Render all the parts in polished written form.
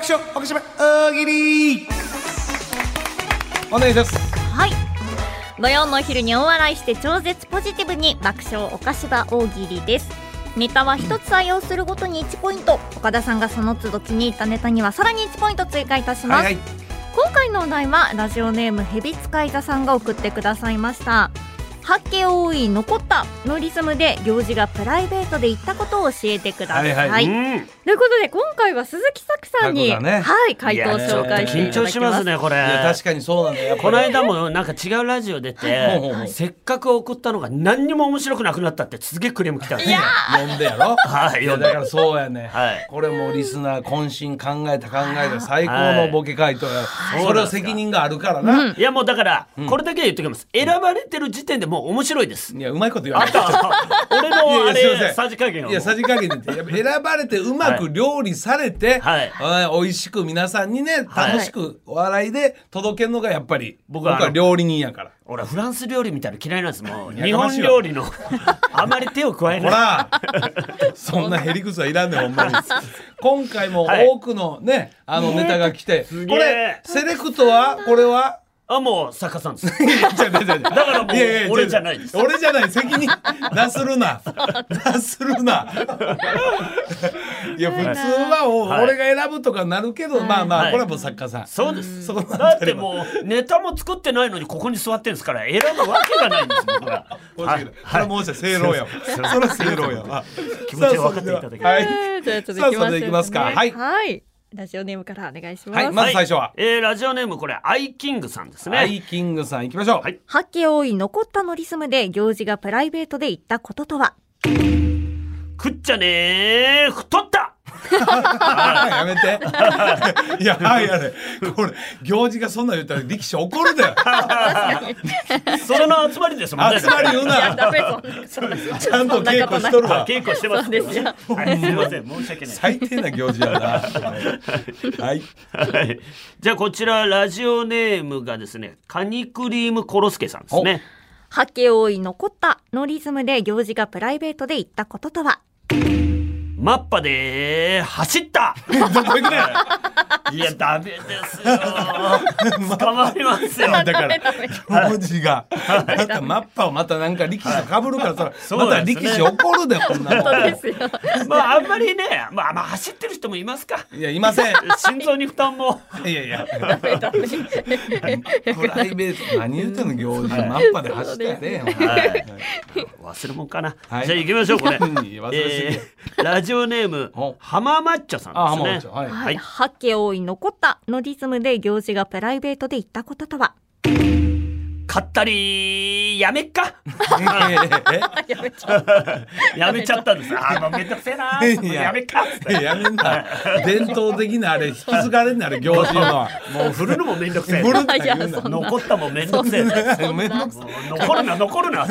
爆笑おかしば大喜利。お願いします。 はい、土曜のお昼に大笑いして超絶ポジティブに爆笑おかしば大喜利です。ネタは一つ採用するごとに1ポイント、岡田さんがその都度気に入ったネタにはさらに1ポイント追加いたします、 はいはい、 今回のお題はラジオネームヘビ使い座さんが送ってくださいました。発見多い残ったのリズムで行事がプライベートで行ったことを教えてください、 はいはい、 ということで今回は鈴木咲さんに、 ね、 はい、回答を紹介していただきます。 緊張しますねこれ。いや確かにそうなんだよ。 この間もなんか違うラジオ出て、 はい、 せっかく送ったのが何にも面白くなくなったってすげえクレーム来たんですよ。 読んでやろ。 はい、 いやだからそうやね、 はい、 これもリスナー渾身考えた最高のボケ回答や、はい、それは責任があるからな、 いやもうだから、これだけ言っておきます、選ばれてる時点でもう面白いです。 いやうまいこと言わない。 俺のあれさじ加減を。 いやさじ加減で選ばれてうまく料理されて、はい、美味しく皆さんにね楽しくお笑いで届けるのがやっぱり僕は料理人やから。 俺はフランス料理みたいなの嫌いなんです。もう日本料理のあまり手を加えない。 ほらそんなへりくつはいらんねんほんまに。今回も多くのね、ネタが来て、これセレクトはこれはもう作家さんです。だからもう俺じゃないです。 俺じゃない、責任なするな。いや普通は俺が選ぶとかなるけど、まあまあこれはもう作家さん。 そうです。だってもうネタも作ってないのにここに座ってんですから選ぶわけがないんです僕は。 これもう正論や。それ正論や。 気持ちを分かっていただける。 はい。じゃあちょっとそれでいきますか。はい。 はい。ラジオネームからお願いします。 はい、まず最初は、 ラジオネームこれアイキングさんですね。 アイキングさん行きましょう。はい、 発見多い残ったのリズムで行事がプライベートで言ったこととは。 食っちゃねー太ったやめて。いやはいやれこれ行事がそんな言ったら力士怒るだよ。 それの集まりですもんね。 集まり言うな。ちゃんと稽古しとるわ。 稽古してます。すいません申し訳ない。 最低な行事やな。はい。 じゃあこちらラジオネームがですねカニクリームコロスケさんですね。 発見多い残ったのリズムで行事がプライベートで言ったこととは。 マッパで走った。 どこ行くねいやダメですよ。捕まりますよ。 だから文字がまたマッパをまたなんか力士かぶるからさ、また力士怒るでこんなもん。 まああんまりね、まあ走ってる人もいますか。 いやいません。 心臓に負担も。 いやいや。プライベート何言ってんの行事マッパで走ったやで。 忘れ物かな。じゃあ行きましょうこれ。ラジオネーム浜マッチョさんですね。 はい。発見多い残ったのリズムで行事がプライベートで言ったこととは。 買ったりやめっか。やめちゃったんです。もうめんどくせえな。やめっか。 やめんな。伝統的なあれ引き継がれんなあれ行事の。 もう振るのもめんどくせえ。残ったもめんどくせえ。残るな。残るな。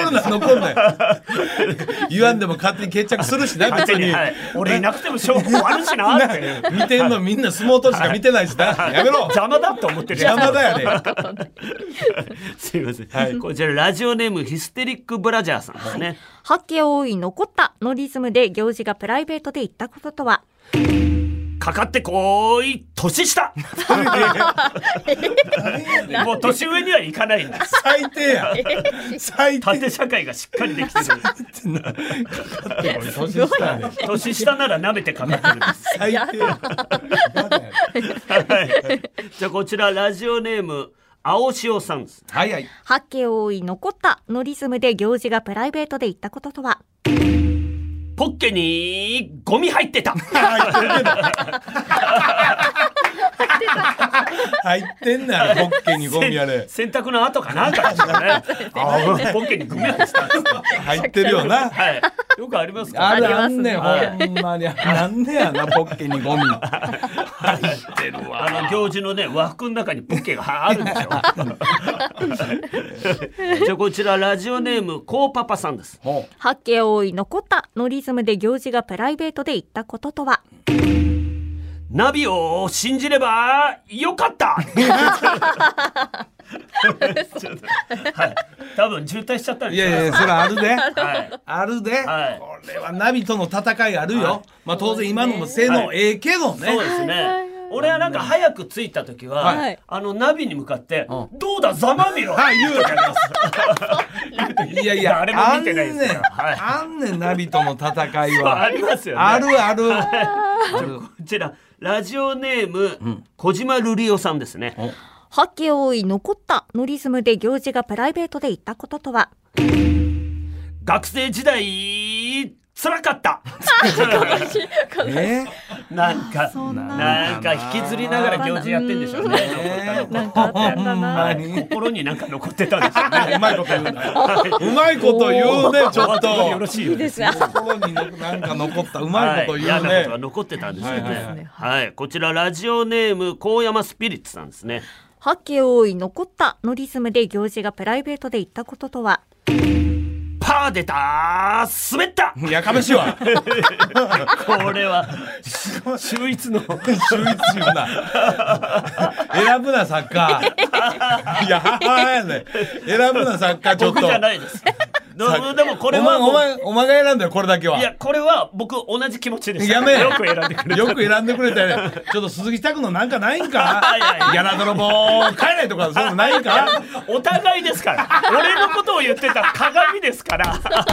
言わんでも勝手に決着するしな。別に俺いなくても証拠あるしな。 見てんのみんな相撲取りしか見てないしな。やめろ。 邪魔だって思ってる。 邪魔だよね。 すいません、はい、こちらラジオネームヒステリックブラジャーさんですね。 発見多い残ったのリズムで行事がプライベートで言ったこととは。 かかってこい年下。もう年上にはいかないんです。 最低や。最低。 縦社会がしっかりできてる。年下なら舐めてかかってるんです。 最低や。 じゃあこちらラジオネーム青潮さんです。 はいはい。 発見多い残ったのリズムで行事がプライベートで言ったこととは。 ポッケにゴミ入ってた。 入ってんな、ポッケにゴミあれ。 洗濯の後かなんかですかね。ポッケにゴミ入ってたんですか。 入ってるよな。 はい。よくありますか。 あんねん、ほんまに。なんでやな、ポッケにゴミ。入ってるわ。 行事のね、和服の中にポッケがあるんでしょ。じゃあこちらラジオネームコーパパさんです。 発見多い残ったのリズムで行事がプライベートで言ったこととは。 ナビを信じればよかった。はい、多分渋滞しちゃったんです。 いやいや、それあるで、 はい、 あるで、 はい、 これはナビとの戦いあるよ、はい、まあ当然今のも性能ええけどね、 そうですね。 俺はなんか早く着いた時はナビに向かってどうだざまみろ言ういやいやあれも見てないですからあんねんナビとの戦いはありますよね。 あるこちらラジオネーム小島瑠璃夫さんですね。 はけ多い残ったノリズムで行事がプライベートで行ったこととは。 学生時代辛かったなんか引きずりながら行事やってんでしょうね。 なんかあったんだな。 心になんか残ってたんでしょうね。 うまいこと言うな。うまいこと言うね。ちょっとよろしいですね。 心になんか残ったうまいこと言うね。 嫌なことが残ってたんですよね。はい、こちらラジオネーム高山スピリッツさんですね。 はけ多い残ったノリズムで行事がプライベートで行ったこととは。 パー出た滑ったやかましいわこれは秀逸の秀逸よな選ぶなサッカーいや母やね選ぶなサッカーちょっと僕じゃないですでもこれはお前が選んだよこれだけは。 いやこれは僕同じ気持ちです。 やめよく選んでくれた。 よく選んでくれたね。ちょっと鈴木拓のなんかないんかギャラ泥棒帰れとかそういうのないんか。 お互いですから俺のことを言ってた鏡ですから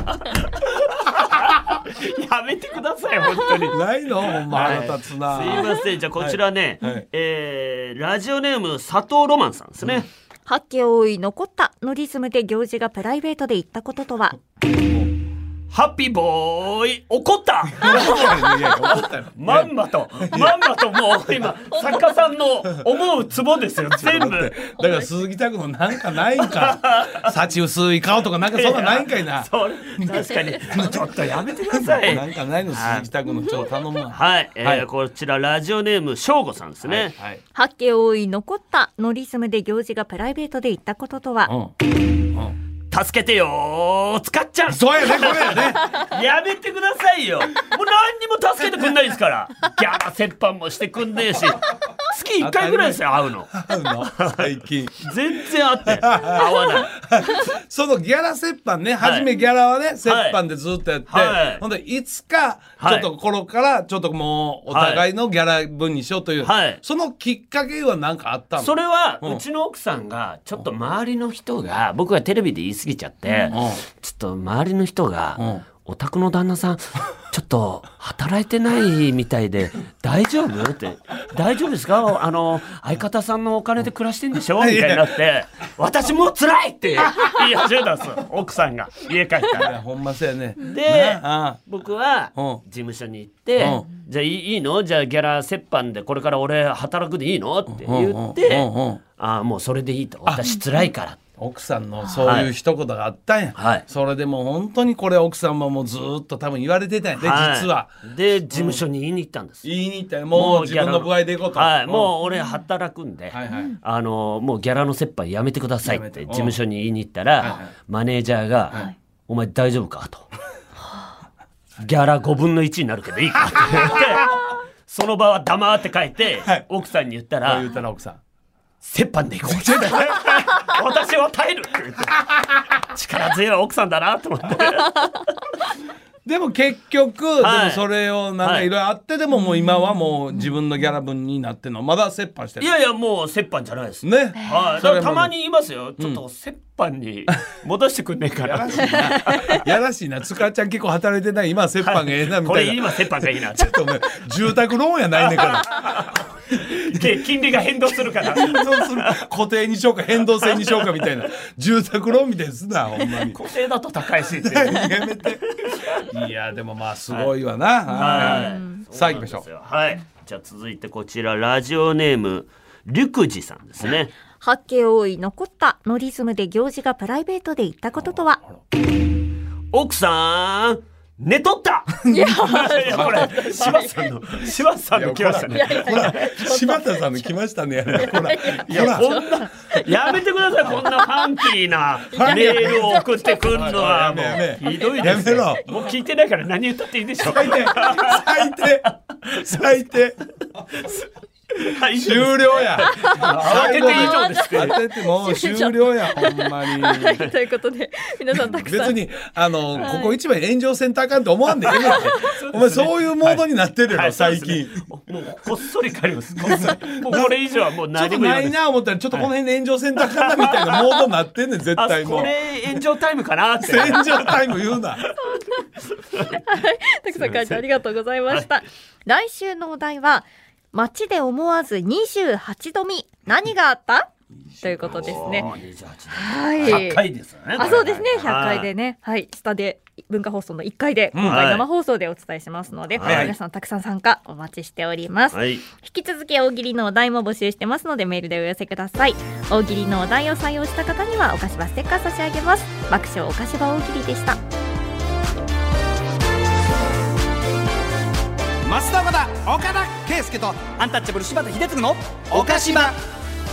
やめてください本当に。 ないのほんま腹立つな。 すいません。じゃあこちらねラジオネーム佐藤ロマンさんですね。 はけ多い残ったノリズムで行事がプライベートで行ったこととは。 ハッピーボーイ怒ったまんまともう今作家さんの思うツボですよ全部。だから鈴木拓のなんかないんか幸薄い顔とかなんかそんなないんかいな。 それ確かにちょっとやめてください。 なんかないの鈴木拓のちょっと頼むわ。 はい、こちらラジオネームしょうごさんですね。 はけ多い残ったノリズムで行事がプライベートで行ったこととは。 助けてよ使っちゃう。 そうやねこれやねやめてくださいよ。もう何にも助けてくんないですからギャラ折半もしてくんねえし月1回ぐらいですよ会うの最近全然会って会わないそのギャラ折半ね初めギャラはね折半でずっとやってほんでいつかちょっと頃からちょっともうお互いのギャラ分にしようというそのきっかけは何かあったの。 それはうちの奥さんがちょっと周りの人が僕がテレビで言い過ぎちゃってちょっと周りの人がお宅の旦那さんちょっと働いてないみたいで大丈夫って大丈夫ですか相方さんのお金で暮らしてんでしょみたいになって私もう辛いって言い始めたんですよ奥さんが家帰ったら。 ほんまそうやね。 で僕は事務所に行ってじゃあいいのじゃあギャラ折半でこれから俺働くでいいのって言ってもうそれでいいと私辛いから奥さんのそういう一言があったんや、それでもう本当にこれ奥さんももうずっと多分言われてたんやで、実はで事務所に言いに行ったんです。 言いに行ったよ。もう自分の具合でいこうと、 もう俺働くんで、もうギャラの折半やめてくださいって事務所に言いに行ったら、マネージャーが、お前大丈夫かとギャラ5分の1になるけどいいかって言ってその場は黙って帰って、奥さんに言ったら奥さん折半でいこうって私は耐えるって言って力強い奥さんだなと思ってでも結局、でもそれをなんかいろいろあってでももう今はもう自分のギャラ分になってんのまだ折半してる。 いやいやもう折半じゃないですね。 だからたまに言いますよちょっと折半に戻してくんねえかなやらしいな。塚ちゃん結構働いてない今折半がええなみたいな。 これ今折半がいいなちょっとね住宅ローンやないねんから金利が変動するから固定にしようか変動制にしようかみたいな住宅ローンみたいですなほんまに。 固定だと高いしってやめていやでもまあすごいわな。さあ行きましょう。 じゃあ続いてこちらラジオネーム陸二さんですね。 はけ多い残ったノリズムで行事がプライベートで行ったこととは。 奥さん寝とったいやこれ柴田さんの来ましたね。 柴田さんの来ましたね。 いやこんなやめてくださいこんなファンキーなメールを送ってくるのはもうひどいですよ。もう聞いてないから何言ったっていいでしょ。 最低終了や。 当てて以上ですって。 当ててもう終了や、ほんまに。 ということで皆さんたくさん別にここ一番炎上せんとあかんと思わんでええねん。お前そういうモードになってるよ最近。 もうこっそり帰ります。もうこれ以上はもう何も言わない。 ちょっとないな思ったらちょっとこの辺で炎上せんとあかんなみたいなモードになってんねん絶対もう。 これ炎上タイムかなって。 炎上タイム言うな。 たくさん書いてありがとうございました。来週のお題は街で思わず28度見何があったということですね。 はい、100回ですよね。 そうですね、100回でね、はい、下で文化放送の1回で今回生放送でお伝えしますので、皆さんたくさん参加お待ちしております。引き続き大喜利のお題も募集してますのでメールでお寄せください。大喜利のお題を採用した方にはお菓子場ステッカー差し上げます。爆笑お菓子場大喜利でした。 増田岡田岡田圭佑とアンタッチャブル柴田秀嗣のお菓子場。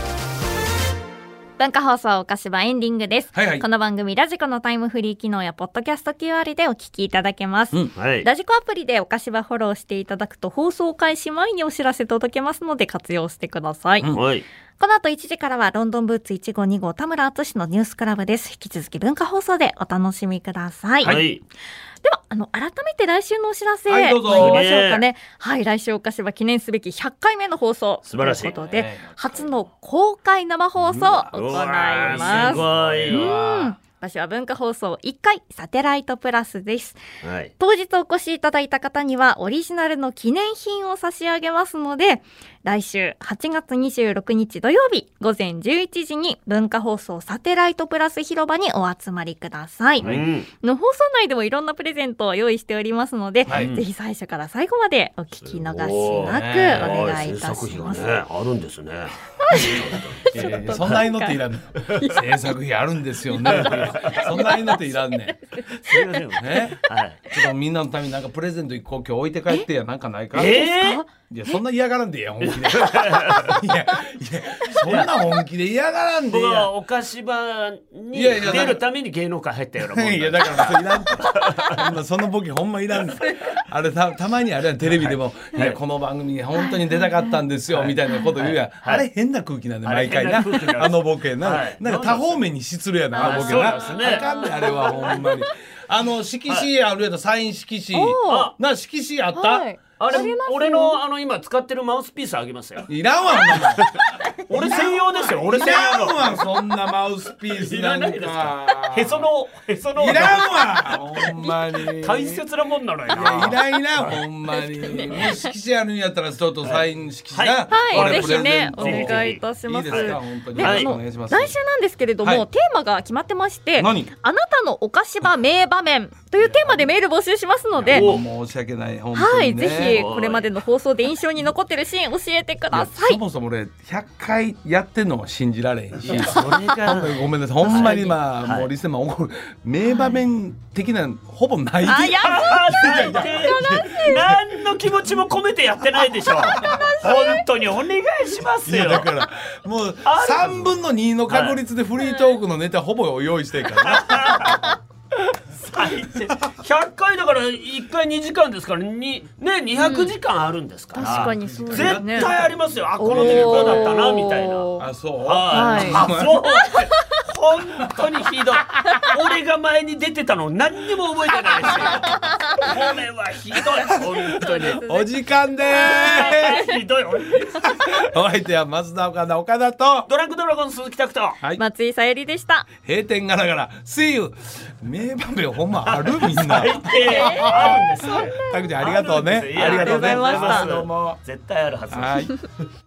文化放送お菓子場エンディングです、この番組ラジコのタイムフリー機能やポッドキャスト QR でお聞きいただけます、ラジコアプリでお菓子場フォローしていただくと放送開始前にお知らせ届けますので活用してください、この後1時からはロンドンブーツ1号2号田村敦のニュースクラブです。引き続き文化放送でお楽しみください、では改めて来週のお知らせ、 どうぞ行きましょうかね。来週お菓子場記念すべき100回目の放送素晴らしいということで、初の公開生放送を行います。 すごい場所は文化放送1階サテライトプラスです、当日お越しいただいた方にはオリジナルの記念品を差し上げますので、来週8月26日土曜日午前11時に文化放送サテライトプラス広場にお集まりください、の放送内でもいろんなプレゼントを用意しておりますので、ぜひ最初から最後までお聞き逃しなくお願いいたします。 あるんですね。 そんなにのっていらんの。制作費あるんですよね。そんなにのっていらんねん。 すいませんね。 ちょっとみんなのためになんかプレゼント1個今日置いて帰ってや、なんかないか。いやそんな嫌がらんでや本気で。いやそんな本気で嫌がらんでや。 僕はお菓子場に出るために芸能界入ったようなもんだ。 いやだからいらん。そのボケほんまいらん。あれたまにあれテレビでもいやこの番組に本当に出たかったんですよみたいなこと言うやん。あれ変な空気なんで毎回な。あのボケな。なんか多方面に失礼やなあのボケな。あかんねあれはほんまに。色紙あるやつサイン色紙な色紙あった。 あれ俺の今使ってるマウスピースあげますよ。 いらんわ俺専用ですよ。俺専用の。 いらんわそんなマウスピースなんか。 へその。 いらんわほんまに。 大切なもんなのよ。 いらんほんまに。もし色紙あるんやったらちょっとサイン色紙な。 ぜひねお願いいたします。 いいですか本当に。 来週なんですけれどもテーマが決まってまして、あなたのお菓子場名場面というテーマでメール募集しますので、 申し訳ない本当にね。 ぜひこれまでの放送で印象に残ってるシーン教えてください。 そもそも俺100回やってんのも信じられへんし、それがごめんなさいほんまにもうリスナー怒る名場面的なほぼないで。 何の気持ちも込めてやってないでしょ。本当にお願いしますよ。 だからもう3分の2の確率でフリートークのネタほぼ用意してるからな。 100回だから1回2時間ですからね200時間あるですから、 確かにそうですね。 絶対ありますよ。この時こうだったなみたいな。 そう本当にひどい。俺が前に出てたの何にも覚えてないですよ。これはひどい本当に。 お時間でーす。ひどい。 お相手は増田岡田とドラッグドラゴン鈴木拓人、 松井さゆりでした。 閉店ガラガラ See you。 名場面ほんまあるみんな。 あるんです。 拓ちゃんありがとうね。 ありがとうございました。 どうも。 絶対あるはず。